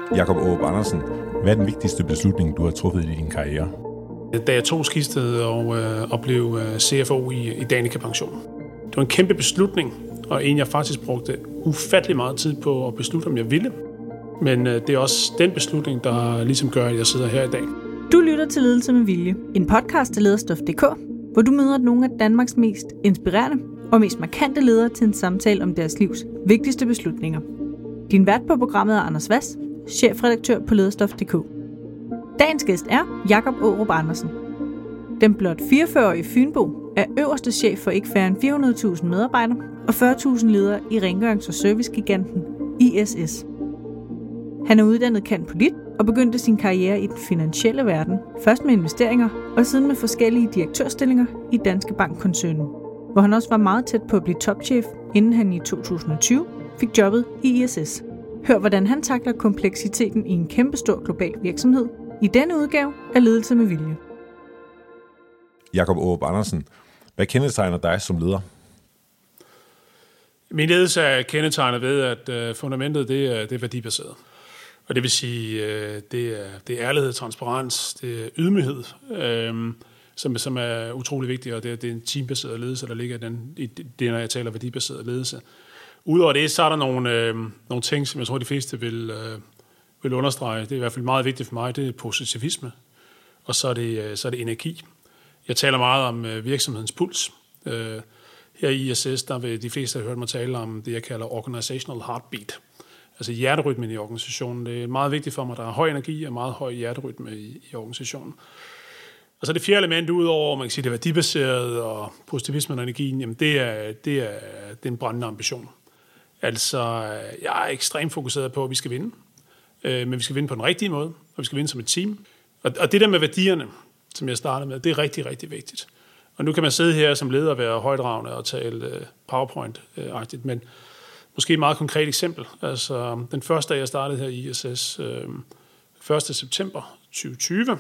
Jakob Aarup Andersen, hvad er den vigtigste beslutning, du har truffet i din karriere? Da jeg tog skiftet og blev CFO i Danica Pension. Det var en kæmpe beslutning, og en jeg faktisk brugte ufattelig meget tid på at beslutte, om jeg ville. Men det er også den beslutning, der ligesom gør, at jeg sidder her i dag. Du lytter til Ledelse med Vilje, en podcast af Lederstof.dk, hvor du møder nogle af Danmarks mest inspirerende og mest markante ledere til en samtale om deres livs vigtigste beslutninger. Din vært på programmet er Anders Vass, chefredaktør på Lederstof.dk. Dagens gæst er Jakob Aarup Andersen. Den blot 44-årige fynbo er øverste chef for ikke færre end 400.000 medarbejdere og 40.000 ledere i rengørings- og servicegiganten ISS. Han er uddannet cand.polit og begyndte sin karriere i den finansielle verden, først med investeringer og siden med forskellige direktørstillinger i Danske Bank-koncernen, hvor han også var meget tæt på at blive topchef, inden han i 2020 fik jobbet i ISS. Hør, hvordan han takler kompleksiteten i en kæmpestor global virksomhed i denne udgave af Ledelse med Vilje. Jakob Aarup Andersen, hvad kendetegner dig som leder? Min ledelse er kendetegnet ved, at fundamentet det er værdibaseret. Og det vil sige, det er ærlighed, transparens, det er ydmyghed, som er utrolig vigtigt, og det er en teambaseret ledelse, der ligger i det, når jeg taler værdibaseret ledelse. Udover det, så er der nogle ting, som jeg tror, de fleste vil understrege. Det er i hvert fald meget vigtigt for mig, det er positivisme, og så er det energi. Jeg taler meget om virksomhedens puls. Her i ISS, der vil de fleste have hørt mig tale om det, jeg kalder organizational heartbeat. Altså hjerterytmen i organisationen. Det er meget vigtigt for mig, at der er høj energi og meget høj hjerterytme i organisationen. Og så det fjerde element, udover man kan sige, det er værdibaseret og positivismen og energien, jamen det er en brændende ambition. Altså, jeg er ekstremt fokuseret på, at vi skal vinde. Men vi skal vinde på den rigtige måde, og vi skal vinde som et team. Og det der med værdierne, som jeg startede med, det er rigtig, rigtig vigtigt. Og nu kan man sidde her som leder og være højdragende og tale PowerPoint-agtigt, men måske et meget konkret eksempel. Altså, den første dag, jeg startede her i ISS, 1. september 2020,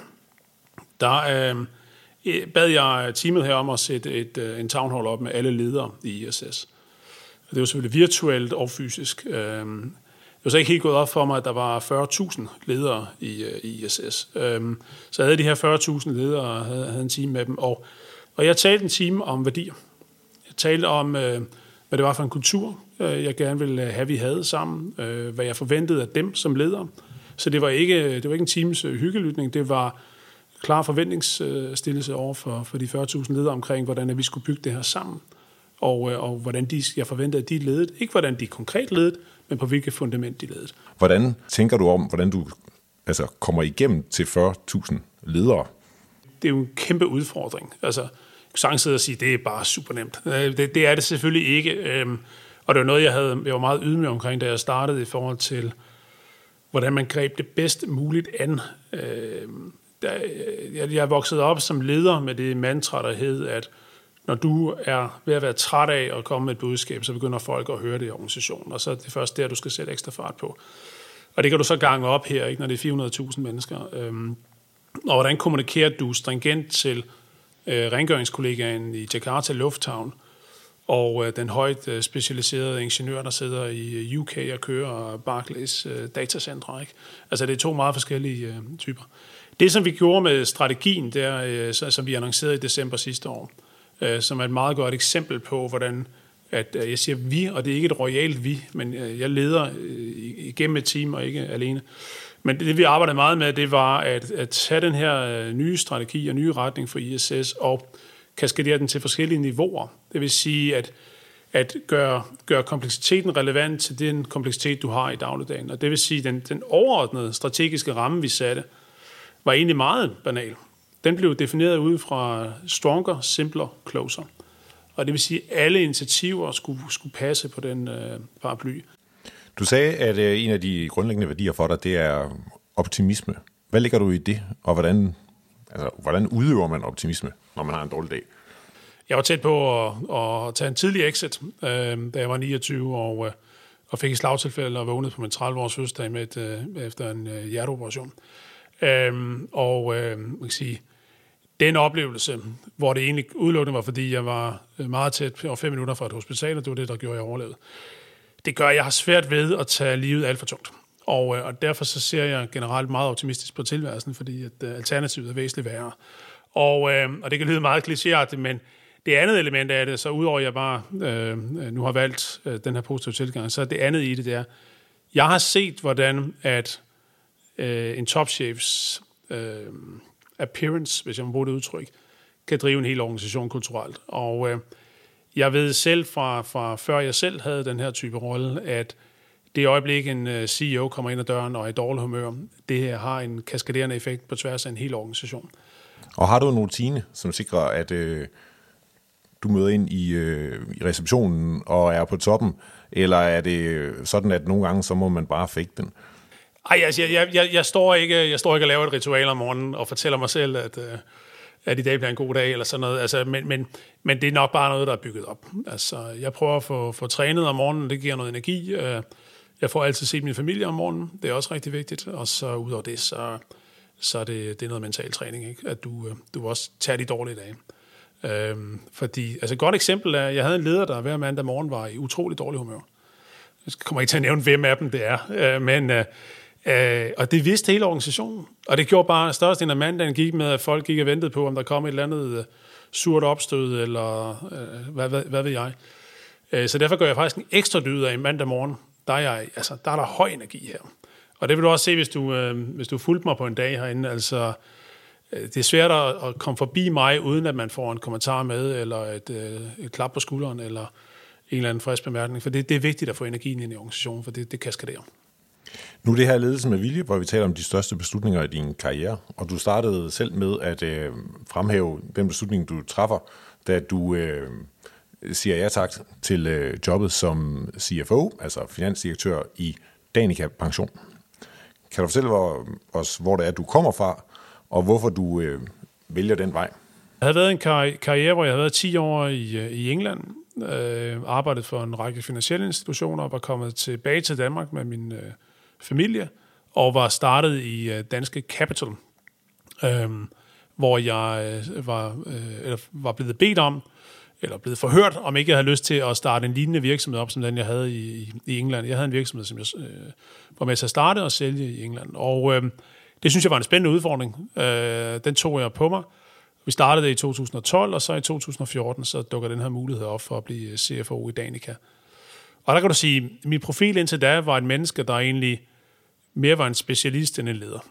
der bad jeg teamet her om at sætte en town hall op med alle ledere i ISS. Det var selvfølgelig virtuelt og fysisk. Det var så ikke helt gået op for mig, at der var 40.000 ledere i ISS. Så jeg havde de her 40.000 ledere og havde en team med dem. Og jeg talte en time om værdier. Jeg talte om, hvad det var for en kultur, jeg gerne ville have, vi havde sammen. Hvad jeg forventede af dem som ledere. Så det var ikke en times hyggelytning. Det var klar forventningsstillelse over for de 40.000 ledere omkring, hvordan vi skulle bygge det her sammen. Og hvordan jeg forventede, at de ledede. Ikke hvordan de konkret ledede, men på hvilket fundament de ledede. Hvordan tænker du om, hvordan du kommer igennem til 40.000 ledere? Det er jo en kæmpe udfordring. Altså, jeg kan sagtens sidde og sige, det er bare super nemt. Det er det selvfølgelig ikke. Og det var noget, jeg var meget ydmyg omkring, da jeg startede i forhold til, hvordan man greb det bedst muligt an. Jeg voksede op som leder med det mantra, der hed, at når du er ved at være træt af at komme med et budskab, så begynder folk at høre det i organisationen, og så er det først der, du skal sætte ekstra fart på. Og det kan du så gange op her, ikke, når det er 400.000 mennesker. Og hvordan kommunikerer du stringent til rengøringskollegaen i Jakarta Lufthavn, og den højt specialiserede ingeniør, der sidder i UK og kører Barclays datacentre, ikke? Altså det er to meget forskellige typer. Det, som vi gjorde med strategien, der, som vi annoncerede i december sidste år, som er et meget godt eksempel på, hvordan at jeg siger vi, og det er ikke et royalt vi, men jeg leder igennem et team og ikke alene. Men det vi arbejdede meget med, det var at tage den her nye strategi og nye retning for ISS og kaskadere den til forskellige niveauer. Det vil sige at gøre kompleksiteten relevant til den kompleksitet, du har i dagligdagen. Og det vil sige, den overordnede strategiske ramme, vi satte, var egentlig meget banal. Den blev defineret ud fra stronger, simpler, closer. Og det vil sige, at alle initiativer skulle passe på den paraply. Du sagde, at en af de grundlæggende værdier for dig, det er optimisme. Hvad ligger du i det, og hvordan udøver man optimisme, når man har en dårlig dag? Jeg var tæt på at tage en tidlig exit, da jeg var 29 og fik et slagtilfælde og vågnede på min 30-års fødselsdag efter en hjerteoperation. Man kan sige, den oplevelse, hvor det egentlig udelukkende var, fordi jeg var meget tæt over 5 minutter fra et hospital, og det var det, der gjorde, jeg overlevede. Det gør, at jeg har svært ved at tage livet alt for tungt. Og derfor så ser jeg generelt meget optimistisk på tilværelsen, fordi at alternativet er væsentligt værre. Og det kan lyde meget klichéagtigt, men det andet element af det, så udover at jeg bare nu har valgt den her positive tilgang, så det andet i det, det er, jeg har set, hvordan at en topchefs appearance, hvis jeg må bruge det udtryk, kan drive en hel organisation kulturelt. Og jeg ved selv fra før jeg selv havde den her type rolle, at det øjeblik, en CEO kommer ind ad døren og er i dårlig humør, det her har en kaskaderende effekt på tværs af en hel organisation. Og har du en rutine, som sikrer, at du møder ind i receptionen og er på toppen, eller er det sådan, at nogle gange, så må man bare fake den? Ej, altså, jeg står ikke og laver et ritual om morgenen og fortæller mig selv, at i dag bliver en god dag, eller sådan noget. Altså, men det er nok bare noget, der er bygget op. Altså, jeg prøver at få trænet om morgenen, det giver noget energi. Jeg får altid set min familie om morgenen, det er også rigtig vigtigt. Og så ud over det, så er det noget mental træning, ikke? At du også tager de dårlige dage. Fordi, altså et godt eksempel er, jeg havde en leder, der hver mandag morgen var i utrolig dårlig humør. Jeg kommer ikke til at nævne, hvem af dem det er, og det vidste hele organisationen. Og det gjorde bare størstedelen af mandagen gik med, at folk gik og ventede på, om der kom et eller andet surt opstød, eller hvad ved jeg. Så derfor gør jeg faktisk en ekstra dyd af mandag morgen. Der er der høj energi her. Og det vil du også se, hvis du fulgte mig på en dag herinde. Altså, det er svært at komme forbi mig, uden at man får en kommentar med, eller et klap på skulderen, eller en eller anden frisk bemærkning. For det er vigtigt at få energien ind i organisationen, for det kaskaderer. Nu er det her ledelse med vilje, hvor vi taler om de største beslutninger i din karriere, og du startede selv med at fremhæve den beslutning, du træffer, da du siger ja tak til jobbet som CFO, altså finansdirektør i Danica Pension. Kan du fortælle os, hvor det er, du kommer fra, og hvorfor du vælger den vej? Jeg havde været en karriere, hvor jeg havde været 10 år i England, arbejdet for en række finansielle institutioner, og var kommet tilbage til Danmark med min familie, og var startet i Danske Capital, hvor jeg var blevet bedt om, eller blevet forhørt, om ikke jeg havde lyst til at starte en lignende virksomhed op, som den jeg havde i England. Jeg havde en virksomhed, som jeg var med til at starte og sælge i England, og det synes jeg var en spændende udfordring. Den tog jeg på mig. Vi startede det i 2012, og så i 2014, så dukker den her mulighed op for at blive CFO i Danica. Og der kan du sige, at min profil indtil da var et menneske, der egentlig mere var en specialist end en leder.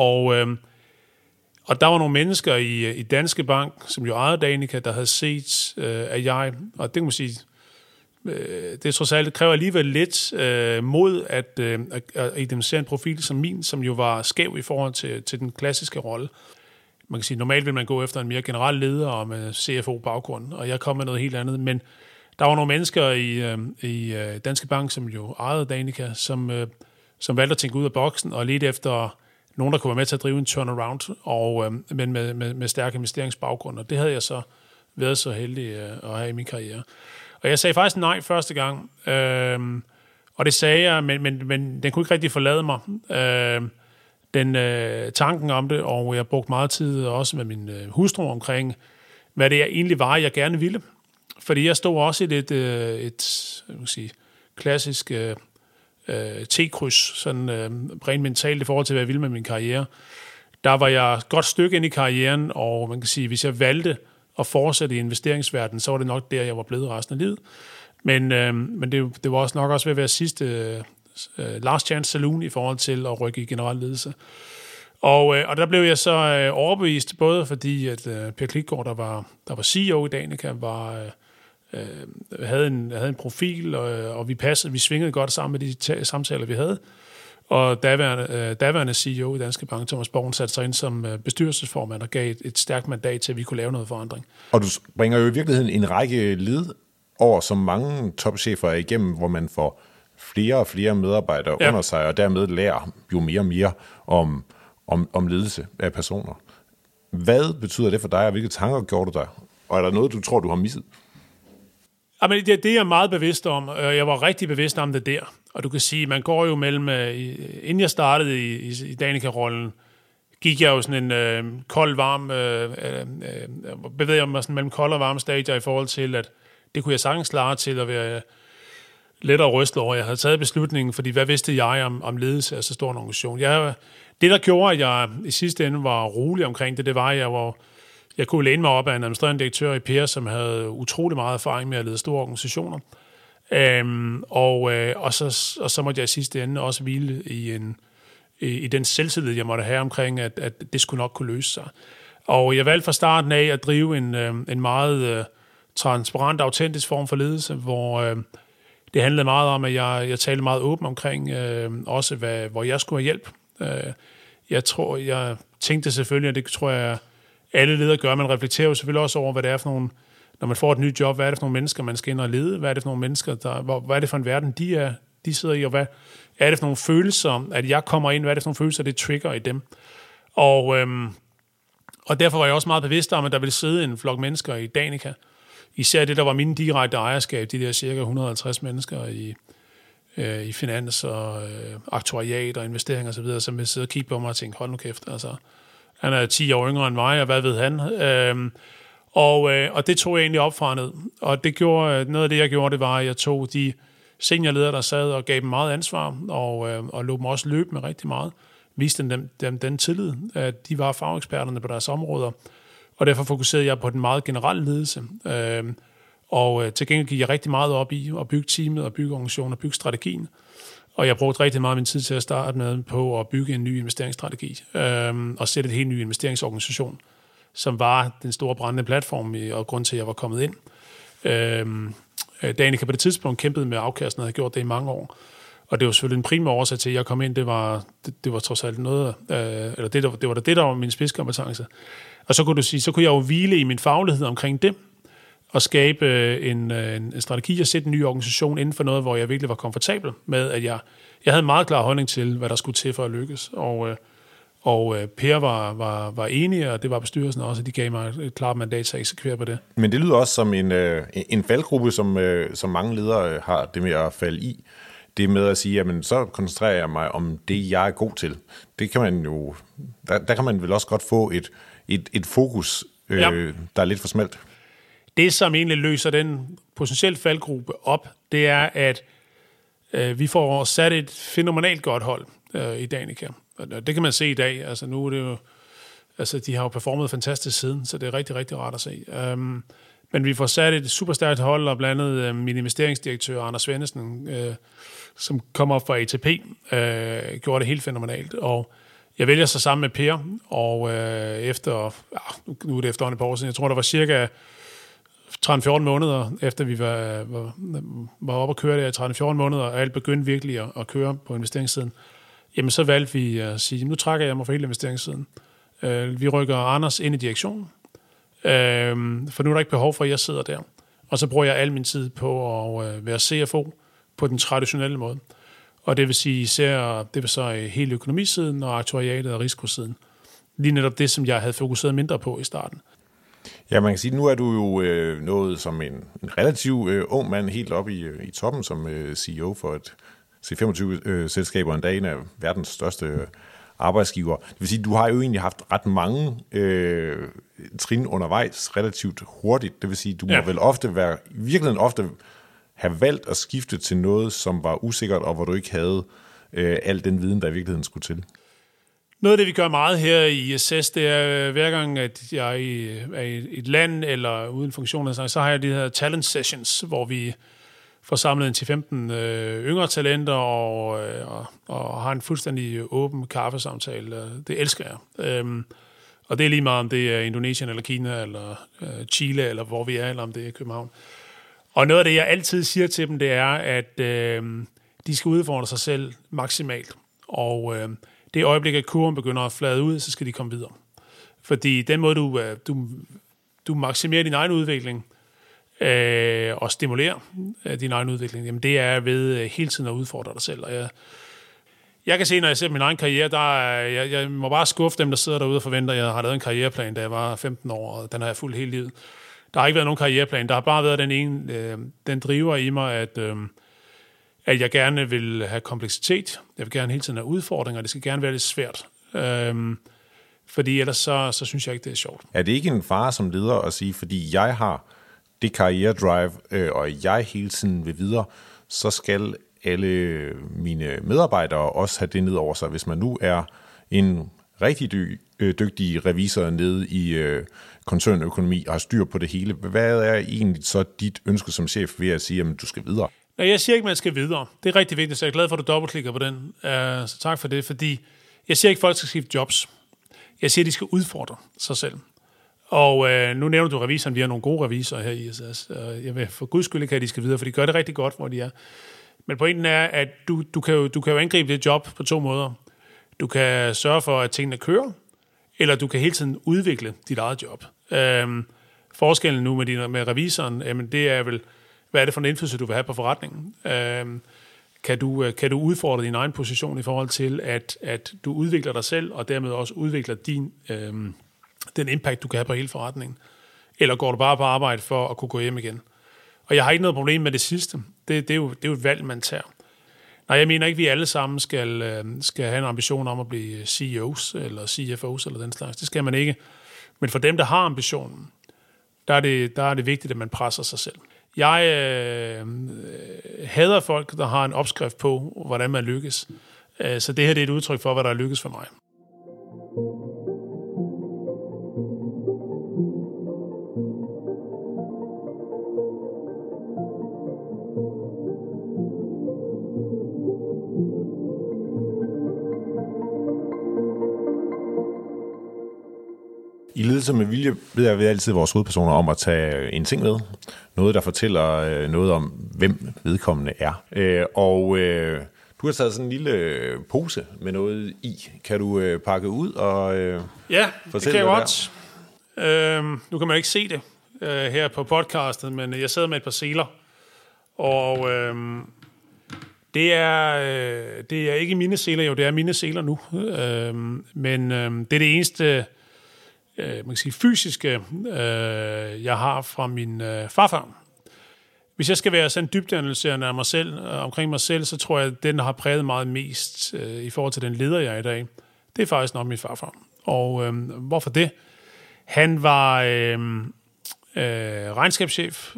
Og der var nogle mennesker i Danske Bank, som jo ejede Danica, der havde set, at jeg, og det kan man sige, det trods alt kræver alligevel lidt mod at identificere en profil som min, som jo var skæv i forhold til den klassiske rolle. Man kan sige, normalt vil man gå efter en mere generel leder og med CFO-baggrund, og jeg kom med noget helt andet. Men der var nogle mennesker i Danske Bank, som jo ejede Danica, som valgte at tænke ud af boksen og lede efter nogen, der kunne være med til at drive en turnaround, men med stærk investeringsbaggrund. Og det havde jeg så været så heldig at have i min karriere. Og jeg sagde faktisk nej første gang, og det sagde jeg, men den kunne ikke rigtig forlade mig. Tanken om det, og jeg brugte meget tid også med min hustru omkring, hvad det egentlig var, jeg gerne ville. Fordi jeg stod også i et klassisk T-kryds, sådan rent mentalt i forhold til, hvad jeg ville med min karriere. Der var jeg et godt stykke ind i karrieren, og man kan sige, hvis jeg valgte at fortsætte i investeringsverdenen, så var det nok der, jeg var blevet resten af livet. Men det var også nok også ved at være sidste last chance saloon i forhold til at rykke i generel ledelse. Og der blev jeg så overbevist, både fordi at Per Klitgaard, der var CEO i Danica, havde en profil, og vi svingede godt sammen med de samtaler, vi havde. Og daværende CEO i Danske Bank, Thomas Borgen, satte sig ind som bestyrelsesformand og gav et stærkt mandat til, at vi kunne lave noget forandring. Og du bringer jo i virkeligheden en række led over, som mange topchefer er igennem, hvor man får flere og flere medarbejdere under sig, og dermed lærer jo mere og mere om ledelse af personer. Hvad betyder det for dig, og hvilke tanker gjorde du dig? Og er der noget, du tror, du har misset? Jamen, det er jeg meget bevidst om, og jeg var rigtig bevidst om det der. Og du kan sige, man går jo mellem, inden jeg startede i Danica-rollen, gik jeg jo sådan en kold-varm, bevæger mig sådan mellem kold og varme stadier i forhold til, at det kunne jeg sagtens klare til at være lettere rystet over, at jeg havde taget beslutningen, fordi hvad vidste jeg om ledelse af så stor en organisation? Det, der gjorde, at jeg i sidste ende var rolig omkring det var, at jeg kunne læne mig op af en administrerende direktør i Per, som havde utrolig meget erfaring med at lede store organisationer. Og så måtte jeg i sidste ende også hvile i den selvtillid, jeg måtte have omkring, at det skulle nok kunne løse sig. Og jeg valgte fra starten af at drive en meget transparent, autentisk form for ledelse, hvor det handlede meget om, at jeg talte meget åben omkring også, hvor jeg skulle have hjælp. Jeg tænkte selvfølgelig, og det tror jeg, alle ledere gør, man reflekterer jo selvfølgelig også over, hvad det er for nogle, når man får et nyt job, hvad er det for nogle mennesker, man skal ind og lede, hvad er det for nogle mennesker, hvad er det for en verden, de sidder i, og hvad er det for nogle følelser, at jeg kommer ind, hvad er det for nogle følelser, det trigger i dem. Og derfor var jeg også meget bevidst om, at der ville sidde en flok mennesker i Danica, især det, der var min direkte ejerskab, de der cirka 150 mennesker i finans og aktuariat og investering og så videre, som vil sidde og kigge på mig og tænke, hold nu kæft, altså, han er 10 år yngre end mig, og hvad ved han? Og det tog jeg egentlig op fra ned. Og det gjorde, noget af det, jeg gjorde, det var, at jeg tog de seniorledere, der sad og gav dem meget ansvar, og lod dem også løbe med rigtig meget. Viste dem den tillid, at de var fageksperterne på deres områder. Og derfor fokuserede jeg på den meget generelle ledelse. Og til gengæld gik jeg rigtig meget op i at bygge teamet, og bygge organisationen, og bygge strategien. Og jeg brugte rigtig meget af min tid til at starte med på at bygge en ny investeringsstrategi, og sætte et helt ny investeringsorganisation, som var den store brændende platform, og grund til, at jeg var kommet ind. Danica på det tidspunkt kæmpede med afkasten, og havde gjort det i mange år. Og det var selvfølgelig en primær årsag til, at jeg kom ind. Det var trods alt noget, eller det der var min spidskompetence. Og så kunne du sige, så kunne jeg jo hvile i min faglighed omkring det, og skabe en strategi og sætte en ny organisation inden for noget, hvor jeg virkelig var komfortabel med, at jeg havde en meget klar holdning til, hvad der skulle til for at lykkes. Og Per var enige, og det var bestyrelsen også, og de gav mig et klart mandat til at eksekvere på det. Men det lyder også som en faldgruppe, som mange ledere har det med at falde i. Det med at sige, jamen så koncentrerer jeg mig om det, jeg er god til. Det kan man jo, der kan man vel også godt få et fokus, der er lidt for smalt. Det, som egentlig løser den potentielt faldgruppe op, det er, at vi får sat et fænomenalt godt hold i Danica. Det kan man se i dag. Altså nu er det jo, altså de har jo performet fantastisk siden, så det er rigtig, rigtig rart at se. Men vi får sat et superstærkt hold, og blandt andet min investeringsdirektør, Anders Svendesen, som kommer fra ATP, gjorde det helt fænomenalt. Og jeg vælger så sammen med Per, og nu er det efterhånden et par år siden, jeg tror, der var cirka 13-14 måneder, efter vi var oppe at køre der i 13-14 måneder, og alt begyndte virkelig at køre på investeringssiden, jamen så valgte vi at sige, nu trækker jeg mig for hele investeringssiden. Vi rykker Anders ind i direktionen, for nu er der ikke behov for, at jeg sidder der. Og så bruger jeg al min tid på at være CFO på den traditionelle måde. Og det vil sige især, det vil så hele økonomisiden og aktuariatet og risikosiden. Lige netop det, som jeg havde fokuseret mindre på i starten. Ja, man kan sige, nu er du jo nået som en relativt ung mand helt oppe i toppen som CEO for et C25-selskab, og en dag en af verdens største arbejdsgiver. Det vil sige, du har jo egentlig haft ret mange trin undervejs relativt hurtigt. Det vil sige, du må vel ofte have valgt at skifte til noget, som var usikkert, og hvor du ikke havde al den viden, der i virkeligheden skulle til. Noget af det, vi gør meget her i ISS, det er hver gang, at jeg er i et land eller uden funktioner, så har jeg de her talent sessions, hvor vi får samlet en 10-15 yngre talenter og har en fuldstændig åben kaffesamtale. Det elsker jeg. Og det er lige meget, om det er Indonesien eller Kina eller Chile, eller hvor vi er, eller om det er København. Og noget af det, jeg altid siger til dem, det er, at de skal udfordre sig selv maksimalt. Og det øjeblik, at kurven begynder at flade ud, så skal de komme videre. Fordi den måde, du maksimerer din egen udvikling og stimulerer din egen udvikling, jamen det er ved hele tiden at udfordre dig selv. Og jeg kan se, når jeg ser min egen karriere, jeg må bare skuffe dem, der sidder derude og forventer, at jeg har lavet en karriereplan, da jeg var 15 år, og den har jeg fulgt hele livet. Der har ikke været nogen karriereplan. Der har bare været den driver i mig, at jeg gerne vil have kompleksitet. Jeg vil gerne hele tiden have udfordringer. Det skal gerne være lidt svært. Fordi ellers så synes jeg ikke, det er sjovt. Er det ikke en fare som leder at sige, fordi jeg har det karrieredrive, og jeg hele tiden vil videre, så skal alle mine medarbejdere også have det ned over sig. Hvis man nu er en rigtig dygtig revisor nede i koncernøkonomi og har styr på det hele, hvad er egentlig så dit ønske som chef ved at sige, at du skal videre? Nej, jeg siger ikke, man skal videre. Det er rigtig vigtigt, så jeg er glad for, at du dobbeltklikker på den. Så tak for det, fordi jeg siger ikke, at folk skal skifte jobs. Jeg siger, at de skal udfordre sig selv. Og nu nævner du revisoren. Vi har nogle gode revisorer her i ISS. Jeg vil for guds skyld ikke have, at de skal videre, for de gør det rigtig godt, hvor de er. Men pointen er, at du kan jo angribe det job på 2 måder. Du kan sørge for, at tingene kører, eller du kan hele tiden udvikle dit eget job. Forskellen nu med revisoren, jamen det er vel, hvad er det for en indflydelse, du vil have på forretningen? Kan du udfordre din egen position i forhold til, at du udvikler dig selv, og dermed også udvikler den impact, du kan have på hele forretningen? Eller går du bare på arbejde for at kunne gå hjem igen? Og jeg har ikke noget problem med det sidste. Det er jo et valg, man tager. Nej, jeg mener ikke, at vi alle sammen skal have en ambition om at blive CEOs eller CFOs eller den slags. Det skal man ikke. Men for dem, der har ambitionen, der er det vigtigt, at man presser sig selv. Jeg hader folk, der har en opskrift på, hvordan man lykkes. Så det her det er et udtryk for, hvad der er lykkes for mig. I Ledelse med Vilje beder vi altid vores hovedpersoner om at tage en ting med. Noget, der fortæller noget om, hvem vedkommende er. Du har taget sådan en lille pose med noget i. Kan du pakke ud og fortælle, det kan jeg godt. Nu kan man ikke se det her på podcastet, men jeg sidder med et par seler. Og det er ikke mine seler, jo, det er mine seler nu. Men det er det eneste man kan sige, fysiske, jeg har fra min farfar. Hvis jeg skal være sådan dybdeanalyserende af mig selv, omkring mig selv, så tror jeg, at den, der har præget meget mest i forhold til den leder, jeg er i dag, det er faktisk nok min farfar. Og hvorfor det? Han var regnskabschef,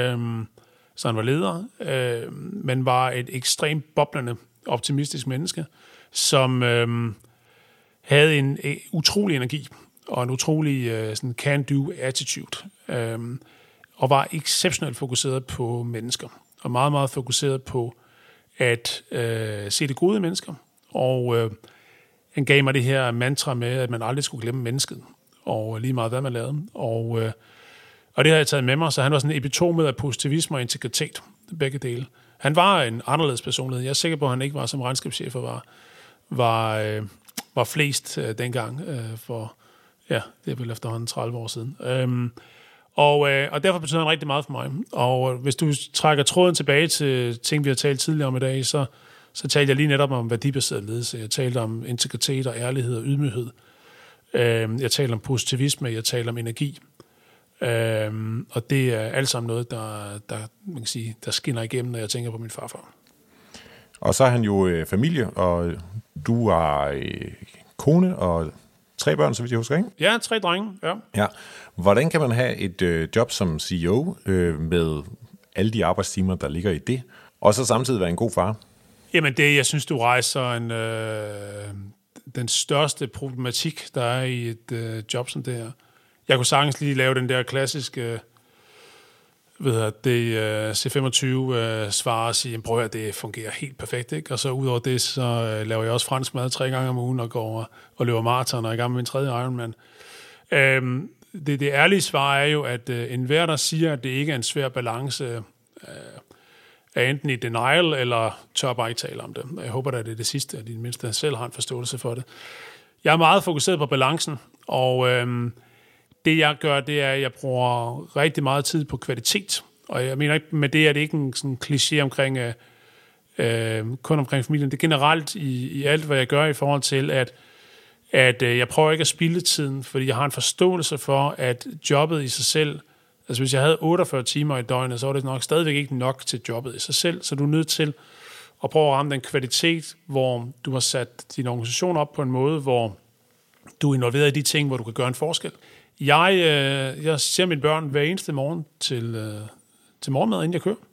så han var leder, men var et ekstremt boblende, optimistisk menneske, som havde en utrolig energi og en utrolig sådan can-do attitude, og var exceptionelt fokuseret på mennesker, og meget, meget fokuseret på at se det gode i mennesker, og han gav mig det her mantra med, at man aldrig skulle glemme mennesket, og lige meget hvad man lavede, og det har jeg taget med mig, så han var sådan en epitome af positivisme og integritet, begge dele. Han var en anderledes personlighed. Jeg er sikker på, at han ikke var som regnskabschef og var flest dengang for, ja, det er vel efterhånden 30 år siden. Og derfor betyder han rigtig meget for mig. Og hvis du trækker tråden tilbage til ting, vi har talt tidligere om i dag, så talte jeg lige netop om værdibaseret ledelse. Jeg talte om integritet og ærlighed og ydmyghed. Jeg talte om positivisme, jeg talte om energi. Og det er alt sammen noget, man kan sige, der skinner igennem, når jeg tænker på min farfar. Og så er han jo familie, og du har kone og 3 børn, så vidt jeg husker, ikke? Ja, 3 drenge, ja. Ja. Hvordan kan man have et job som CEO med alle de arbejdstimer, der ligger i det, og så samtidig være en god far? Jamen det, jeg synes, du rejser den største problematik, der er i et job som det her. Jeg kunne sagtens lige lave den der klassiske C25-svar og sige, prøv at det fungerer helt perfekt, ikke? Og så ud over det, så laver jeg også fransk mad 3 gange om ugen og går og løber maraton og er i gang med min 3. Ironman. Det ærlige svar er jo, at enhver, der siger, at det ikke er en svær balance, er enten i denial eller tør bare ikke tale om det. Jeg håber, at det er det sidste, at de mindste selv har en forståelse for det. Jeg er meget fokuseret på balancen, og det jeg gør, det er, at jeg bruger rigtig meget tid på kvalitet. Og jeg mener ikke med det, at det ikke er en sådan kliché omkring, kun omkring familien. Det er generelt i alt, hvad jeg gør i forhold til, at jeg prøver ikke at spilde tiden, fordi jeg har en forståelse for, at jobbet i sig selv, altså hvis jeg havde 48 timer i døgnet, så var det nok stadigvæk ikke nok til jobbet i sig selv. Så du er nødt til at prøve at ramme den kvalitet, hvor du har sat din organisation op på en måde, hvor du er involveret i de ting, hvor du kan gøre en forskel. Jeg ser mine børn hver eneste morgen til morgenmad, inden jeg kører.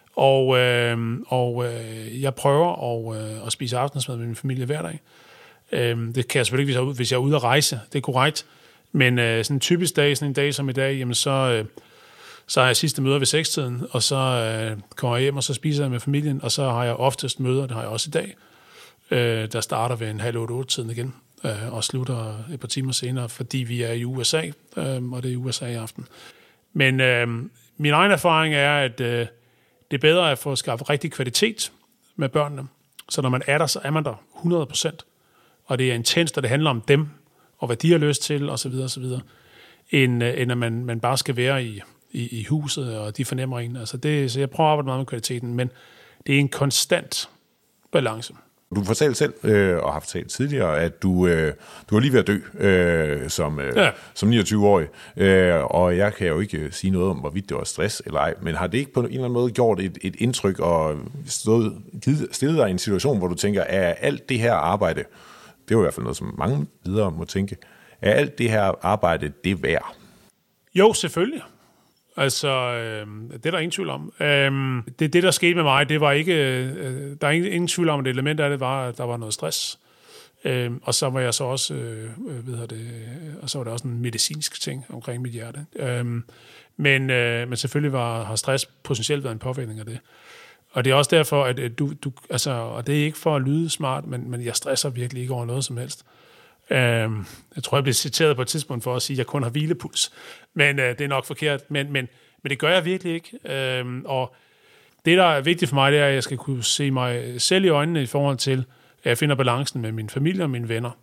Og jeg prøver at spise aftensmad med min familie hver dag. Det kan jeg selvfølgelig ikke, hvis jeg er ude at rejse. Det er korrekt. Men sådan en typisk dag, sådan en dag som i dag, jamen så har jeg sidste møder ved 6-tiden, og så kommer jeg hjem, og så spiser jeg med familien, og så har jeg oftest møder, det har jeg også i dag, der starter ved 7:30-8-tiden igen, og slutter et par timer senere, fordi vi er i USA, og det er i USA i aften. Men min egen erfaring er, at det er bedre at få skaffet rigtig kvalitet med børnene, så når man er der, så er man der 100%, og det er intenst, og det handler om dem, og hvad de har lyst til, osv., end at man bare skal være i huset, og de fornemmer en. Altså så jeg prøver at arbejde meget med kvaliteten, men det er en konstant balance. Du fortalte selv, og har fortalt tidligere, at du var lige ved at dø som 29-årig, og jeg kan jo ikke sige noget om, hvorvidt det var stress eller ej, men har det ikke på en eller anden måde gjort et indtryk og stillet dig i en situation, hvor du tænker, er alt det her arbejde, det er jo i hvert fald noget, som mange ledere må tænke, er alt det her arbejde det værd? Jo, selvfølgelig. Altså, det er der ingen tvivl om. Det, der skete med mig, det var ikke... der er ingen tvivl om, at det element af det var, at der var noget stress. Og så var jeg så også... og så var det også en medicinsk ting omkring mit hjerte. Men selvfølgelig har stress potentielt været en påvirkning af det. Og det er også derfor, at du altså, og det er ikke for at lyde smart, men jeg stresser virkelig ikke over noget som helst. Jeg tror, jeg blev citeret på et tidspunkt for at sige, at jeg kun har hvilepuls. Men det er nok forkert. Men det gør jeg virkelig ikke. Og det, der er vigtigt for mig, det er, at jeg skal kunne se mig selv i øjnene i forhold til, at jeg finder balancen med min familie og mine venner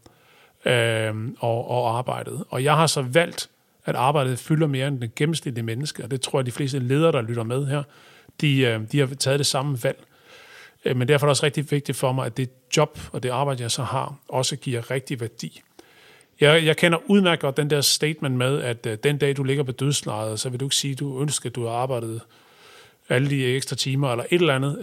og arbejdet. Og jeg har så valgt, at arbejdet fylder mere end den gennemsnitlige menneske, og det tror jeg, de fleste ledere, der lytter med her, de har taget det samme valg. Men derfor er det også rigtig vigtigt for mig, at det job og det arbejde, jeg så har, også giver rigtig værdi. Jeg kender udmærket godt den der statement med, at den dag, du ligger på dødslejet, så vil du ikke sige, at du ønsker, at du har arbejdet alle de ekstra timer, eller et eller andet.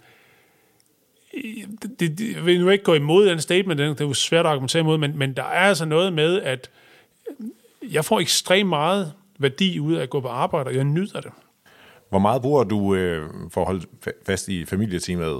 Jeg vil nu ikke gå imod den statement, det er jo svært at argumentere imod, men der er altså noget med, at jeg får ekstremt meget værdi ud af at gå på arbejde, og jeg nyder det. Hvor meget bruger du, for at holde fast i familietemaet,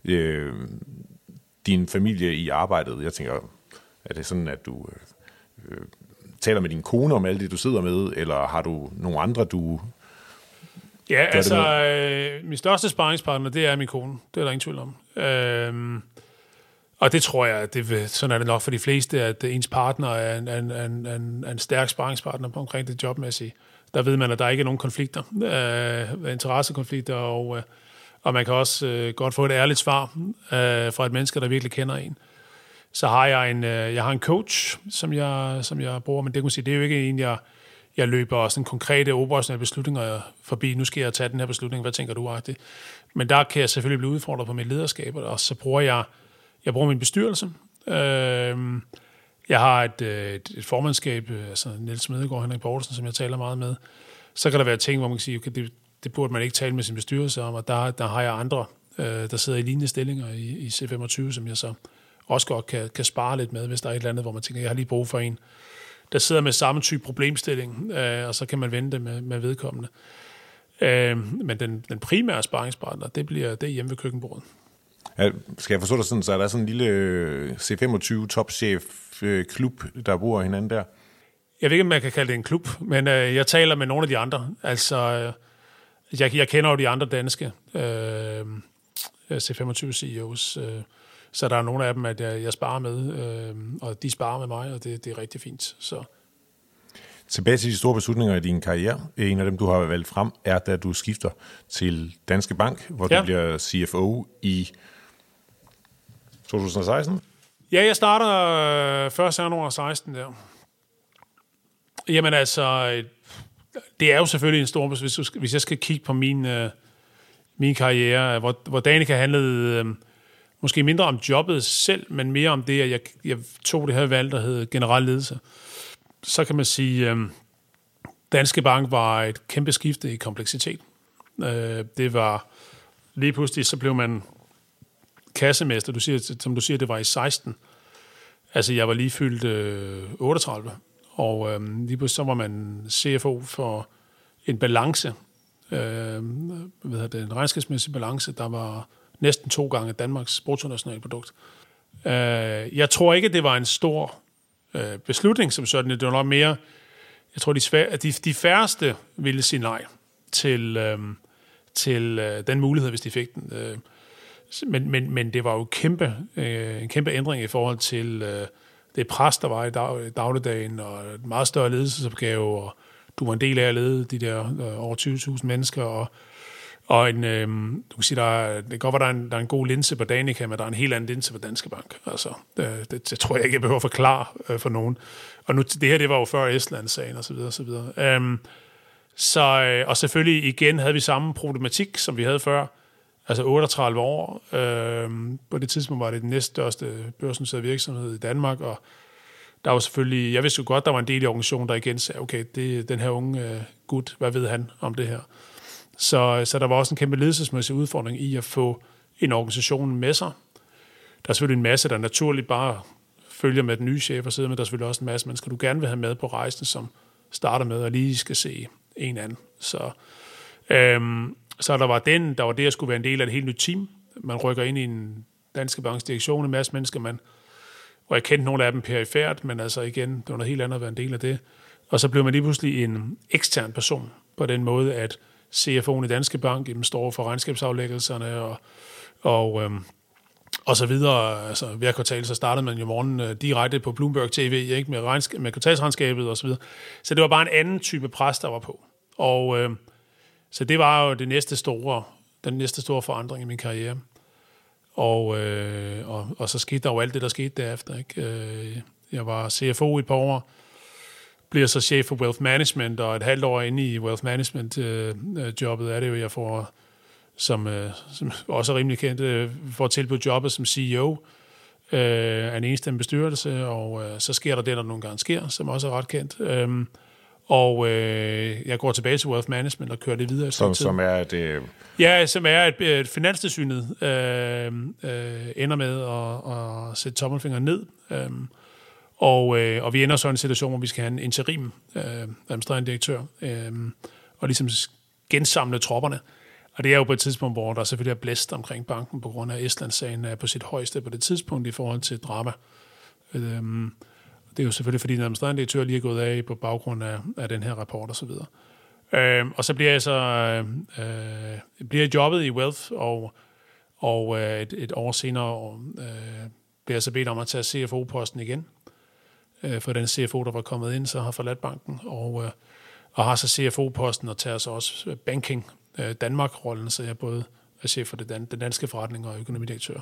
din familie i arbejdet? Jeg tænker, er det sådan, at du taler med din kone om alt det, du sidder med, eller har du nogle andre, du... Ja, altså, min største sparringspartner, det er min kone. Det er der ingen tvivl om. Og det tror jeg, sådan er det nok for de fleste, at ens partner er en stærk sparringspartner på omkring det jobmæssige. Der ved man, at der ikke er nogen konflikter, interessekonflikter, og man kan også godt få et ærligt svar fra et menneske, der virkelig kender en. Så har jeg har en coach, som jeg bruger, men det kan sige, det er jo ikke en, jeg løber sådan konkrete operationelle beslutninger forbi. Nu skal jeg tage den her beslutning, hvad tænker du, Agtig? Men der kan jeg selvfølgelig blive udfordret på mit lederskab, og så bruger jeg bruger min bestyrelse. Jeg har et formandskab, altså Niels Smedegaard og Henrik Poulsen, som jeg taler meget med. Så kan der være ting, hvor man kan sige, okay, det burde man ikke tale med sin bestyrelse om, og der har jeg andre, der sidder i lignende stillinger i C25, som jeg så også godt kan spare lidt med, hvis der er et eller andet, hvor man tænker, jeg har lige brug for en, der sidder med samme type problemstilling, og så kan man vente med vedkommende. Men den primære sparringspartner, det er hjemme ved køkkenbordet. Ja, skal jeg forstå dig sådan, så er der sådan en lille C25 topchef-klub, der bor hinanden der? Jeg ved ikke, om man kan kalde det en klub, men jeg taler med nogle af de andre. Altså, jeg kender jo de andre danske C25 CEOs, så der er nogle af dem, at jeg sparer med, og de sparer med mig, og det er rigtig fint. Så. Tilbage til de store beslutninger i din karriere. En af dem, du har valgt frem, er, da du skifter til Danske Bank, hvor du bliver CFO i 2016? Ja, jeg starter 1. januar 16 der. Jamen altså, det er jo selvfølgelig en stor... Hvis jeg skal kigge på min karriere, hvor Danica handlede måske mindre om jobbet selv, men mere om det, at jeg tog det her valg, der hed generel ledelse. Så kan man sige, Danske Bank var et kæmpe skifte i kompleksitet. Det var lige pludselig, så blev man kassemester. Som du siger, det var i 16. Altså, jeg var lige fyldt 38. Og lige pludselig så var man CFO for en balance en regnskabsmæssig balance, der var næsten 2 gange Danmarks bruttonationalprodukt. Jeg tror ikke, det var en stor beslutning som sådan. Det var nok mere, jeg tror, de færreste ville sige nej til den mulighed, hvis de fik den. Men det var jo en kæmpe ændring i forhold til det pres, der var i dagligdagen, og et meget større ledelsesopgave, og du var en del af at lede de der over 20.000 mennesker, og en, du kan sige, det kan godt være, der er en god linse på Danica, men der er en helt anden linse på Danske Bank. Altså, det tror jeg ikke, jeg behøver at forklare for nogen. Og nu, det her, det var jo før Estland-sagen, og så videre, og så videre. Og selvfølgelig igen havde vi samme problematik, som vi havde før. Altså 38 år. På det tidspunkt var det den næststørste børsnoterede virksomhed i Danmark, og der var selvfølgelig, jeg vidste jo godt, der var en del i organisationen, der igen sagde, okay, det er den her unge gut, hvad ved han om det her? Så der var også en kæmpe ledelsesmæssig udfordring i at få en organisation med sig. Der er selvfølgelig en masse, der naturligt bare følger med den nye chef og sidder med. Der er selvfølgelig også en masse mennesker, du gerne vil have med på rejsen, som starter med at lige skal se en anden. Så der var det at skulle være en del af et helt nyt team. Man rykker ind i en Danske Banks direktion, en masse mennesker, og jeg kendte nogle af dem perifært, men altså igen, det var noget helt andet at være en del af det. Og så blev man lige pludselig en ekstern person, på den måde, at CFO'en i Danske Bank står for regnskabsaflæggelserne og så videre. Altså, hver kvartal, så startede man jo morgenen direkte på Bloomberg TV, ikke? Med kvartalsregnskabet og så videre. Så det var bare en anden type pres, der var på. Og så det var jo den næste store forandring i min karriere. Og så skete der jo alt det, der skete derefter. Ikke? Jeg var CFO i et par år, bliver så chef for Wealth Management, og et halvt år inde i Wealth Management-jobbet er det jo, jeg får, som også er rimelig kendt, får tilbudt jobbet som CEO af en enestemmig bestyrelse, og så sker der nogle gange sker, som også er ret kendt. Jeg går tilbage til Wealth Management og kører det videre. Som er et... Ja, som er et Finanstilsynet ender med at sætte tommelfingeren ned. Og vi ender så i en situation, hvor vi skal have en interim administrerende direktør og ligesom gensamle tropperne. Og det er jo på et tidspunkt, hvor der selvfølgelig er blæst omkring banken på grund af Estland-sagen er på sit højeste på det tidspunkt i forhold til drama. Det er jo selvfølgelig, fordi den administrerende direktør lige er gået af på baggrund af den her rapport og så videre. Og så bliver jeg bliver jobbet i Wealth, og et år senere bliver jeg så bedt om at tage CFO-posten igen. For den CFO, der var kommet ind, så har forladt banken, og har så CFO-posten og tager så også banking Danmark-rollen, så jeg både er chef for den danske forretning og økonomidirektør.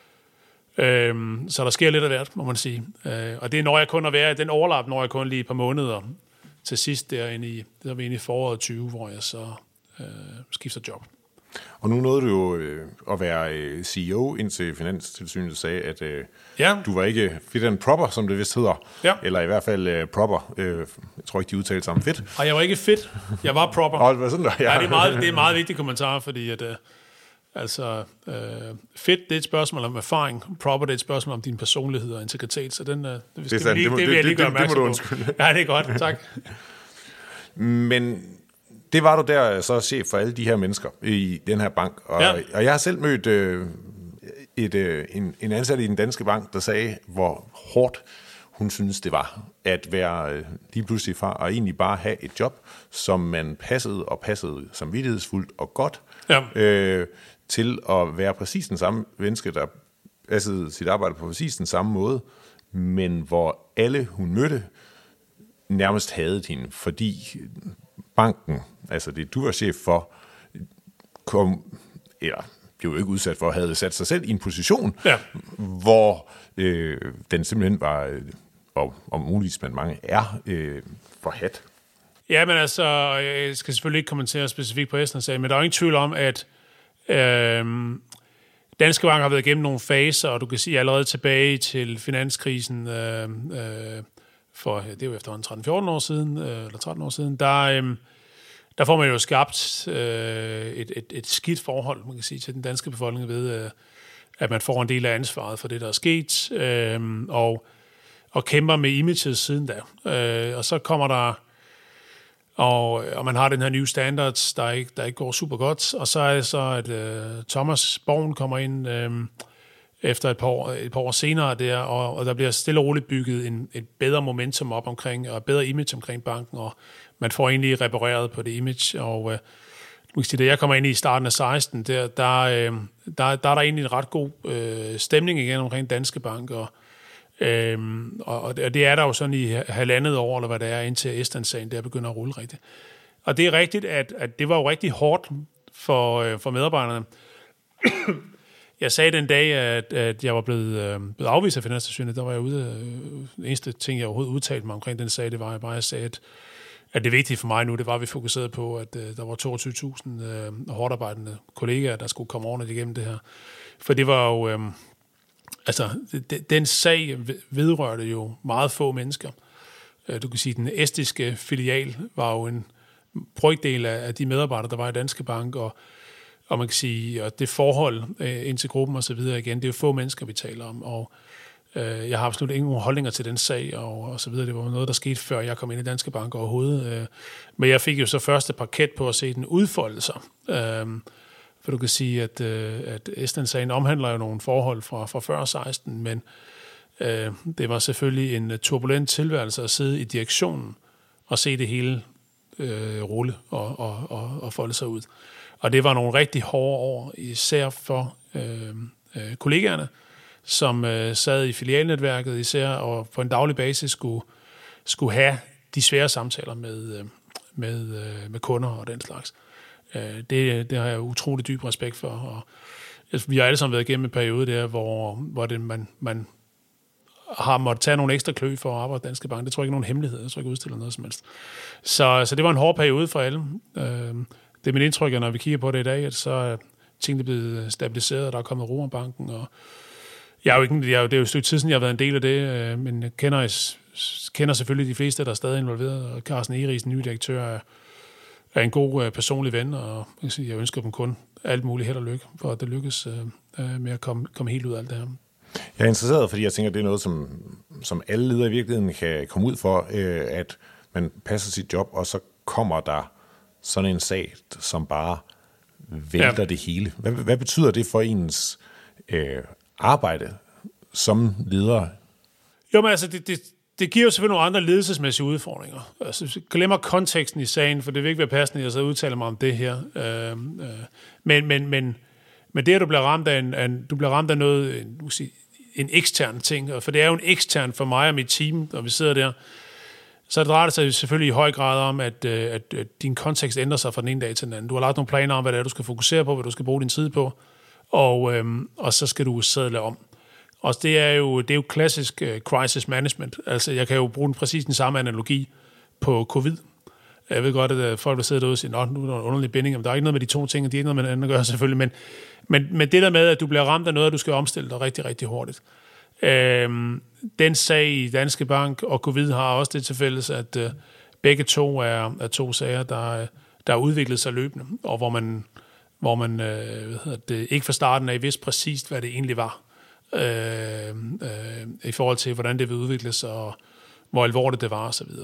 Så der sker lidt af hvert, må man sige. Og det når jeg kun at være, den overlap når jeg kun lige et par måneder til sidst der er vi inde i foråret 20, hvor jeg så skifter job. Og nu nåede du jo at være CEO, indtil Finanstilsynet sagde, at du var ikke fit and proper, som det vist hedder. Ja. Eller i hvert fald proper. Jeg tror ikke, de udtalte sammen fit. Og jeg var ikke fit. Jeg var proper. Og det var sådan der, ja. Ja, det er en meget vigtig kommentar, fordi at... fit, det er et spørgsmål om erfaring. Proper, det er et spørgsmål om din personlighed og integritet. Så den det vil jeg lige gøre opmærksom på. Ja, det er godt. Tak. Men det var du der så chef for alle de her mennesker i den her bank. Og jeg har selv mødt en ansat i den danske bank, der sagde, hvor hårdt hun synes, det var at være lige pludselig fra og egentlig bare have et job, som man passede samvittighedsfuldt og godt, til at være præcis den samme menneske, der passede sit arbejde på præcis den samme måde, men hvor alle hun mødte nærmest hadede hende, fordi banken, altså det du var chef for, blev jo ikke udsat for, havde sat sig selv i en position, hvor den simpelthen var, og muligvis blandt mange er, forhat. Ja, men altså, jeg skal selvfølgelig ikke kommentere specifikt på Estland-sagen, men der er jo ingen tvivl om, at Danske Bank har været igennem nogle faser, og du kan sige allerede tilbage til finanskrisen, for det er jo efterhånden 13-14 år siden, eller 13 år siden, der får man jo skabt et skidt forhold, man kan sige, til den danske befolkning ved, at man får en del af ansvaret for det, der er sket, og kæmper med imaget siden da. Og så kommer der Og man har den her nye standards, der ikke går super godt. Og så er det så, at Thomas Borgen kommer ind efter et par år senere der, og der bliver stille og roligt bygget et bedre momentum op omkring, og bedre image omkring banken, og man får egentlig repareret på det image. Og da jeg kommer ind i starten af 16, der er der egentlig en ret god stemning igen omkring Danske Bank, og det er der jo sådan i 1,5 år, eller hvad det er, indtil Estland-sagen der begynder at rulle rigtigt. Og det er rigtigt, at det var jo rigtig hårdt for medarbejderne. Jeg sagde den dag, at jeg var blevet afvist af Finanstilsynet, der var jeg ude. Den eneste ting, jeg overhovedet udtalte mig omkring den sag, det var, at jeg sagde, at det vigtige for mig nu, det var, at vi fokuserede på, at der var 22.000 hårdarbejdende kollegaer, der skulle komme ordentligt igennem det her. For det var jo... den sag vedrørte jo meget få mennesker. Du kan sige, at den estiske filial var jo en brøkdel af de medarbejdere, der var i Danske Bank, og man kan sige, at det forhold ind til gruppen og så videre igen, det er jo få mennesker, vi taler om, og jeg har absolut ingen holdninger til den sag, og så videre. Det var noget, der skete, før jeg kom ind i Danske Bank overhovedet. Men jeg fik jo så første parket på at se den udfolde sig. For du kan sige, at Estland-sagen omhandler jo nogle forhold fra før 16, men det var selvfølgelig en turbulent tilværelse at sidde i direktionen og se det hele rulle og folde sig ud. Og det var nogle rigtig hårde år, især for kollegaerne, som sad i filialnetværket især, og på en daglig basis skulle have de svære samtaler med kunder og den slags. Det har jeg utrolig dyb respekt for. Og vi har alle sammen været igennem en periode der, hvor man har måttet tage nogle ekstra klø for at arbejde i Danske Bank. Det tror jeg ikke er nogen hemmelighed. Jeg tror ikke udstiller noget som helst. Så det var en hård periode for alle. Det er mit indtryk, at når vi kigger på det i dag, at så er tingene blevet stabiliseret, og der er kommet ro om banken. Og det er jo et stykke tid siden, jeg har været en del af det, men jeg kender selvfølgelig de fleste, der er stadig involveret. Og Carsten Egeris, nye direktør, er en god personlig ven, og jeg ønsker dem kun alt muligt held og lykke, for at det lykkes med at komme helt ud af alt det her. Jeg er interesseret, fordi jeg tænker, at det er noget, som alle ledere i virkeligheden kan komme ud for, at man passer sit job, og så kommer der sådan en sag, som bare vælter det hele. Hvad betyder det for ens arbejde som leder? Jo, men altså, det giver jo selvfølgelig nogle andre ledelsesmæssige udfordringer. Altså, jeg glemmer konteksten i sagen, for det vil ikke være passende, at jeg så udtaler mig om det her. Men det, at du bliver ramt af noget, en ekstern ting, for det er jo en ekstern for mig og mit team, når vi sidder der, så drejer det sig selvfølgelig i høj grad om, at din kontekst ændrer sig fra den ene dag til den anden. Du har lagt nogle planer om, hvad det er, du skal fokusere på, hvad du skal bruge din tid på, og så skal du sadle om. Og det er jo klassisk crisis management. Altså, jeg kan jo bruge præcis den samme analogi på covid. Jeg ved godt, at folk, der sidder derude og siger, nu er der en underlig binding, men der er ikke noget med de to ting, og de er ikke noget med den anden at gøre selvfølgelig, men det der med, at du bliver ramt af noget, du skal omstille dig rigtig, rigtig hurtigt. Den sag i Danske Bank og covid har også det til fælles, at begge to er to sager, der udviklet sig løbende, og hvor man ikke fra starten af vidste præcist, hvad det egentlig var. I forhold til, hvordan det vil udvikle sig, og hvor alvorligt det var, osv.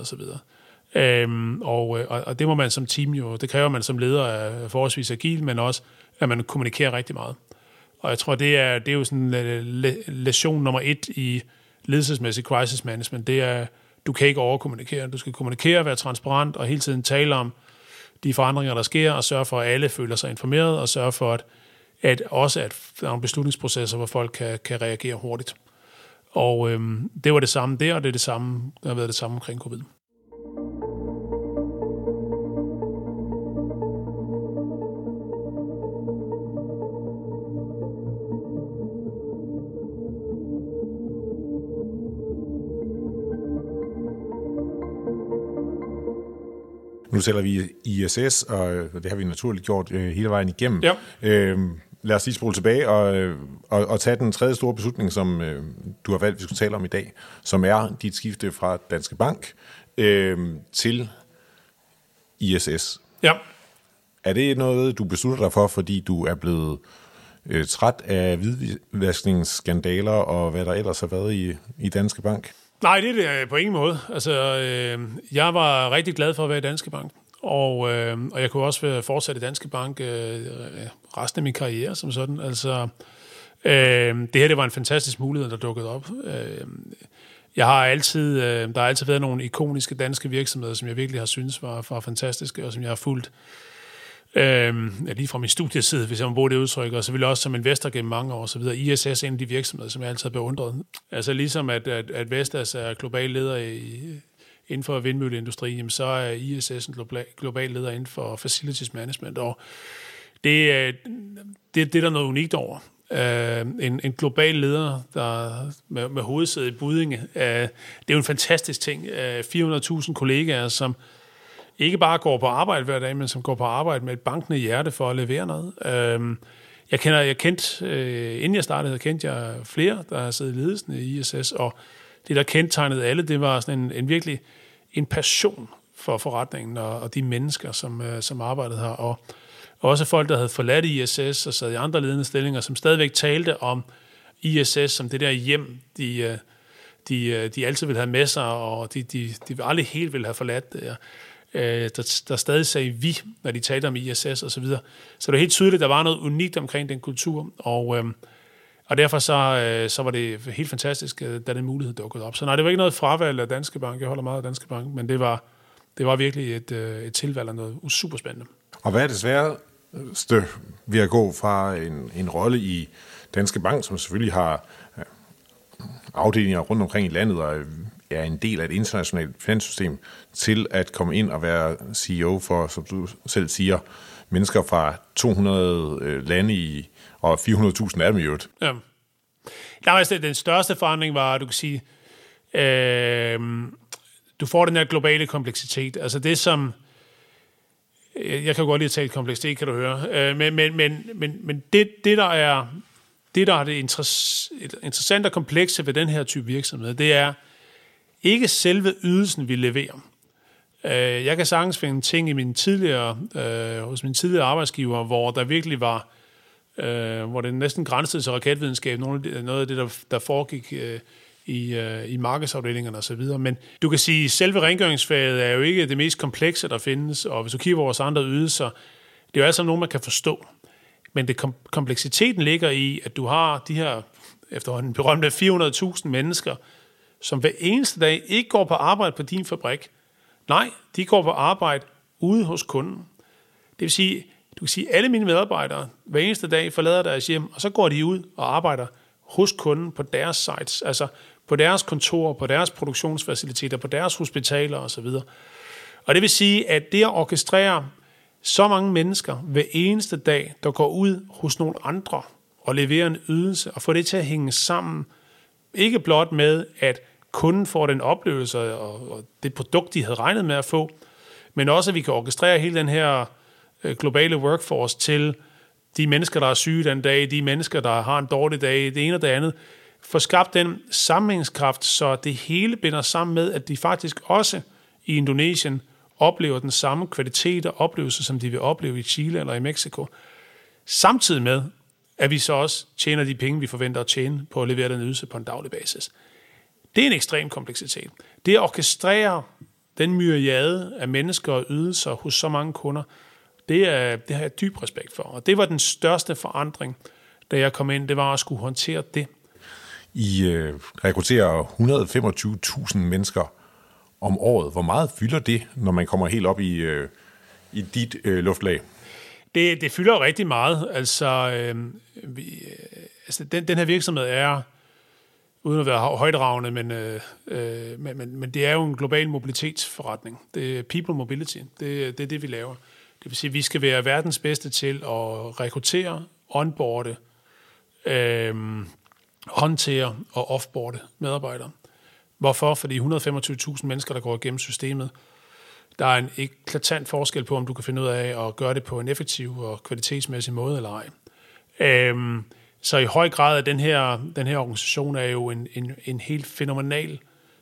Og det må man som team jo, det kræver man som leder er forholdsvis agil, men også, at man kommunikerer rigtig meget. Og jeg tror, det er jo sådan lektion nummer 1 i ledelsesmæssig crisis management, det er, du kan ikke overkommunikere. Du skal kommunikere, være transparent, og hele tiden tale om de forandringer, der sker, og sørge for, at alle føler sig informeret, og sørge for, at der er nogle beslutningsprocesser, hvor folk kan reagere hurtigt. Og det var det samme der, og det er det samme, der har været det samme omkring covid. Nu tæller vi ISS, og det har vi naturligt gjort hele vejen igennem. Ja. Lad os lige spole tilbage og tage den tredje store beslutning, som du har valgt, vi skulle tale om i dag, som er dit skifte fra Danske Bank til ISS. Ja. Er det noget, du beslutter dig for, fordi du er blevet træt af hvidvaskningsskandaler og hvad der ellers har været i Danske Bank? Nej, det er det på ingen måde. Altså, jeg var rigtig glad for at være i Danske Bank, og jeg kunne også fortsætte i Danske Bank resten af min karriere som sådan. Altså, det her det var en fantastisk mulighed, der dukkede op. Der har altid været nogle ikoniske danske virksomheder, som jeg virkelig har syntes var fantastiske, og som jeg har fulgt lige fra min studieside, hvis jeg må bruge det udtryk, og så vil også som investor gennem mange år, så videre. ISS er en af de virksomheder, som jeg altid har beundret. Altså ligesom at Vestas er global leder inden for vindmølleindustri, jamen så er ISS en global leder inden for facilities management, og det er der noget unikt over. En global leder, der med hovedsæde i Buddinge, det er jo en fantastisk ting. 400.000 kollegaer, som ikke bare går på arbejde hver dag, men som går på arbejde med et bankende hjerte for at levere noget. Inden jeg startede, kendte jeg flere, der har siddet i ledelsen i ISS, og det, der kendetegnede alle, det var sådan en virkelig en passion for forretningen og de mennesker, som arbejdede her, og også folk, der havde forladt ISS og sad i andre ledende stillinger, som stadigvæk talte om ISS som det der hjem, de altid ville have med sig, og de aldrig helt ville have forladt det. Der stadig sagde vi, når de talte om ISS og så videre. Så det var helt tydeligt, at der var noget unikt omkring den kultur, og derfor så var det helt fantastisk, da den mulighed dukkede op. Så nej, det var ikke noget fravalg af Danske Bank. Jeg holder meget af Danske Bank, men det var virkelig et tilvalg af noget super spændende. Og hvad er det sværeste ved at gå fra en rolle i Danske Bank, som selvfølgelig har afdelinger rundt omkring i landet og er en del af et internationalt finanssystem, til at komme ind og være CEO for, som du selv siger, mennesker fra 200 lande og 400.000 af dem i øvrigt? Ja. Altså, den største forandring var, du kan sige, du får den her globale kompleksitet. Altså det, som jeg kan godt lide at tale kompleksitet, kan du høre. Men det der er det interessante og komplekse ved den her type virksomhed, det er ikke selve ydelsen, vi leverer. Jeg kan sagtens finde ting i hos mine tidligere arbejdsgiver, hvor der virkelig var, hvor det næsten grænsede til raketvidenskab, noget af det, der foregik i markedsafdelingerne og så videre. Men du kan sige, at selve rengøringsfaget er jo ikke det mest komplekse, der findes, og hvis du kigger på vores andre ydelser, det er jo altså nogen, man kan forstå. Men kompleksiteten ligger i, at du har de her efterhånden berømte 400.000 mennesker, som hver eneste dag ikke går på arbejde på din fabrik. Nej, de går på arbejde ude hos kunden. Det vil sige, du kan sige, at alle mine medarbejdere hver eneste dag forlader deres hjem, og så går de ud og arbejder hos kunden på deres sites, altså på deres kontor, på deres produktionsfaciliteter, på deres hospitaler osv. Og det vil sige, at det at orkestrere så mange mennesker hver eneste dag, der går ud hos nogle andre og leverer en ydelse, og få det til at hænge sammen, ikke blot med, at kunden får den oplevelse og det produkt, de havde regnet med at få, men også, at vi kan orkestrere hele den her globale workforce til de mennesker, der er syge den dag, de mennesker, der har en dårlig dag, det ene og det andet, få skabt den sammenhængskraft, så det hele binder sammen med, at de faktisk også i Indonesien oplever den samme kvalitet og oplevelse, som de vil opleve i Chile eller i Mexico. Samtidig med, at vi så også tjener de penge, vi forventer at tjene på at levere den ydelse på en daglig basis. Det er en ekstrem kompleksitet. Det at orkestrere den myriade af mennesker og ydelser hos så mange kunder, det har jeg dyb respekt for. Og det var den største forandring, da jeg kom ind, det var at skulle håndtere det. I rekrutterer 125.000 mennesker om året. Hvor meget fylder det, når man kommer helt op i dit luftlag? Det fylder rigtig meget. Altså, den her virksomhed er, uden at være højdragende, men det er jo en global mobilitetsforretning. Det er people mobility. Det er det, vi laver. Det vil sige, at vi skal være verdens bedste til at rekruttere, onboarde, håndtere og offboarde medarbejdere. Hvorfor? Fordi 125.000 mennesker, der går igennem systemet, der er en eklatant forskel på, om du kan finde ud af at gøre det på en effektiv og kvalitetsmæssig måde eller ej. Så i høj grad af den her organisation er jo en helt fænomenal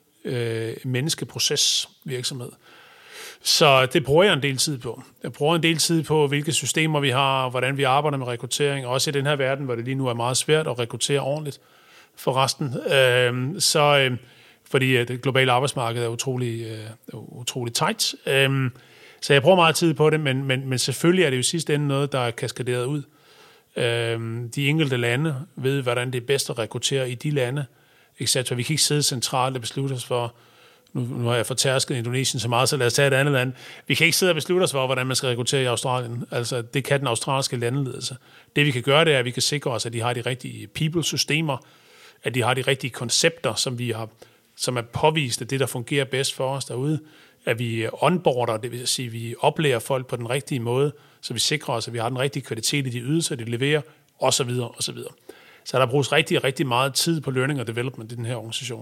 menneskeprocesvirksomhed. Så det bruger jeg en del tid på. Jeg bruger en del tid på, hvilke systemer vi har, hvordan vi arbejder med rekruttering, også i den her verden, hvor det lige nu er meget svært at rekruttere ordentligt for resten. Så fordi det globale arbejdsmarked er utrolig tight. Så jeg bruger meget tid på det, men selvfølgelig er det jo sidste ende noget, der er kaskaderet ud. De enkelte lande ved, hvordan det er bedst at rekruttere i de lande, etc. Vi kan ikke sidde centralt og beslutte os for, nu har jeg fortærsket Indonesien så meget, så lad os tage et andet land. Vi kan ikke sidde og beslutte os for, hvordan man skal rekruttere i Australien. Altså, det kan den australske landeledelse. Det vi kan gøre, det er, at vi kan sikre os, at de har de rigtige people-systemer, at de har de rigtige koncepter, som er påvist af det, der fungerer bedst for os derude, at vi onboarder, det vil sige, at vi oplærer folk på den rigtige måde, så vi sikrer os, at vi har den rigtige kvalitet i de ydelser, de leverer, osv. osv. Så der bruges rigtig, rigtig meget tid på learning og development i den her organisation.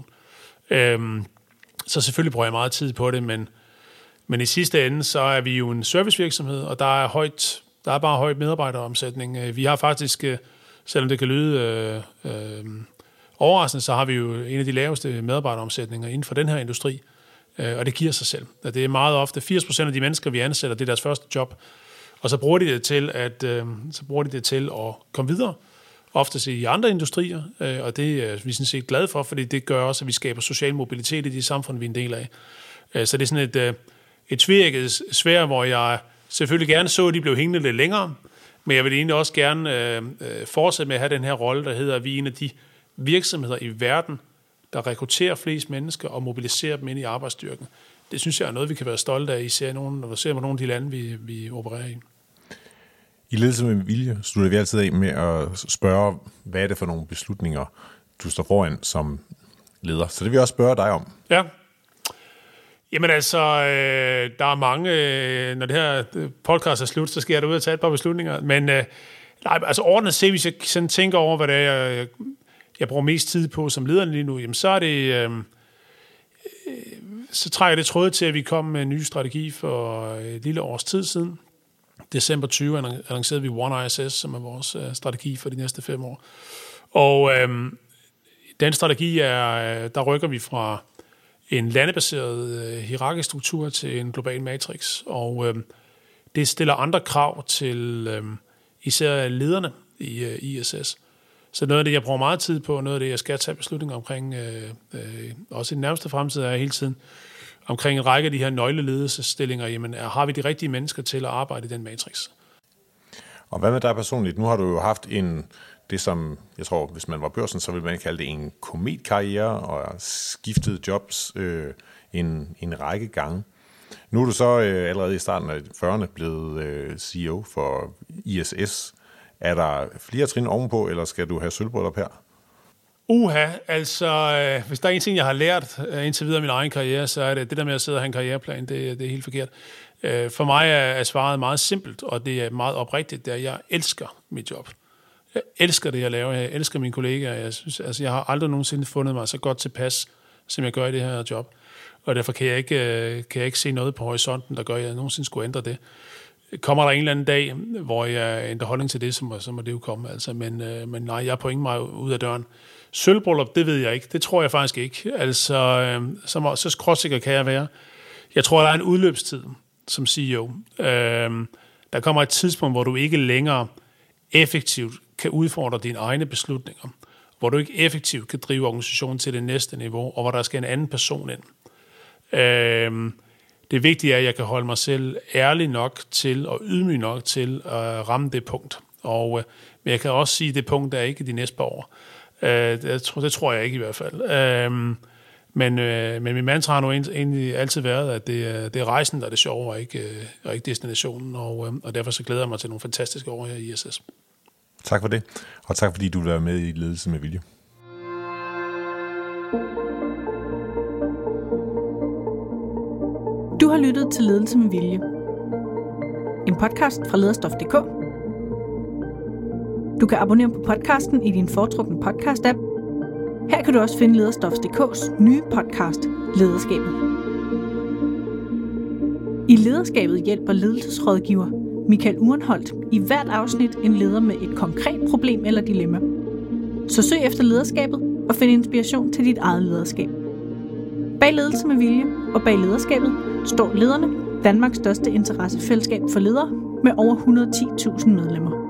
Så selvfølgelig bruger jeg meget tid på det, men i sidste ende, så er vi jo en servicevirksomhed, og der er bare høj medarbejderomsætning. Vi har faktisk, selvom det kan lyde overraskende, så har vi jo en af de laveste medarbejderomsætninger inden for den her industri, og det giver sig selv. Og det er meget ofte 80% af de mennesker, vi ansætter, det er deres første job, og så bruger de det til at komme videre, oftest i andre industrier, og det er vi sådan set glade for, fordi det gør også, at vi skaber social mobilitet i de samfund, vi er en del af. Så det er sådan et tveægget sværd, hvor jeg selvfølgelig gerne så, at de blev hængende lidt længere, men jeg vil egentlig også gerne fortsætte med at have den her rolle, der hedder, at vi er en af de virksomheder i verden, der rekrutterer flest mennesker og mobiliserer dem ind i arbejdsstyrken. Det synes jeg er noget, vi kan være stolte af, især når vi ser på nogle af de lande, vi opererer i. I ledelse med vilje slutter vi altid af med at spørge, hvad er det for nogle beslutninger, du står foran som leder. Så det vil jeg også spørge dig om. Ja. Jamen altså, der er mange, når det her podcast er slut, så skal jeg derud og tage et par beslutninger. Men altså ordentligt set, hvis jeg sådan tænker over, hvad det er, jeg bruger mest tid på som leder lige nu, jamen så er det... så trækker det tråd til, at vi kom med en ny strategi for et lille års tid siden. December 20 annoncerede vi One ISS, som er vores strategi for de næste 5 år. Og den strategi der rykker vi fra en landebaseret hierarkisk struktur til en global matrix. Og det stiller andre krav til især lederne i ISS. Så noget af det, jeg bruger meget tid på, noget af det, jeg skal tage beslutninger omkring, også i den nærmeste fremtid, er hele tiden omkring en række af de her nøgleledelsesstillinger, jamen har vi de rigtige mennesker til at arbejde i den matrix? Og hvad med dig personligt? Nu har du jo haft det som, jeg tror, hvis man var børsen, så ville man kalde det en kometkarriere, og skiftet jobs en række gange. Nu er du så allerede i starten af 40'erne blevet CEO for ISS. Er der flere trin ovenpå, eller skal du have sølvbryllup her? Altså, hvis der er en ting, jeg har lært indtil videre af min egen karriere, så er det der med at sidde og have en karriereplan, det er helt forkert. For mig er svaret meget simpelt, og det er meget oprigtigt, det er, at jeg elsker mit job. Jeg elsker det, jeg laver. Jeg elsker mine kollegaer. Jeg har aldrig nogensinde fundet mig så godt tilpas, som jeg gør i det her job. Og derfor kan jeg ikke se noget på horisonten, der gør, at jeg nogensinde skulle ændre det. Kommer der en eller anden dag, hvor jeg ændrer holdning til det, så må det jo komme. Altså. Men nej, jeg er på ingen måde ud af døren. Sølvbryllup, det ved jeg ikke. Det tror jeg faktisk ikke. Altså, så skråsikker kan jeg være. Jeg tror, der er en udløbstid som CEO. Der kommer et tidspunkt, hvor du ikke længere effektivt kan udfordre dine egne beslutninger. Hvor du ikke effektivt kan drive organisationen til det næste niveau, og hvor der skal en anden person ind. Det vigtige er, at jeg kan holde mig selv ærlig nok til og ydmyg nok til at ramme det punkt. Men jeg kan også sige, at det punkt er ikke de næste par år. Det tror jeg ikke i hvert fald. Men min mantra har nu egentlig altid været, at det er rejsen, der er det sjove, og ikke destinationen. Og derfor så glæder jeg mig til nogle fantastiske år her i ISS. Tak for det, og tak fordi du vil være med i Ledelse med Vilje. Du har lyttet til Ledelse med Vilje. En podcast fra lederstof.dk. Du kan abonnere på podcasten i din foretrukne podcast-app. Her kan du også finde lederstof.dk's nye podcast, Lederskabet. I Lederskabet hjælper ledelsesrådgiver Michael Urenholdt i hvert afsnit en leder med et konkret problem eller dilemma. Så søg efter Lederskabet og find inspiration til dit eget lederskab. Bag Ledelse med Vilje og bag Lederskabet står lederne, Danmarks største interessefællesskab for ledere med over 110.000 medlemmer.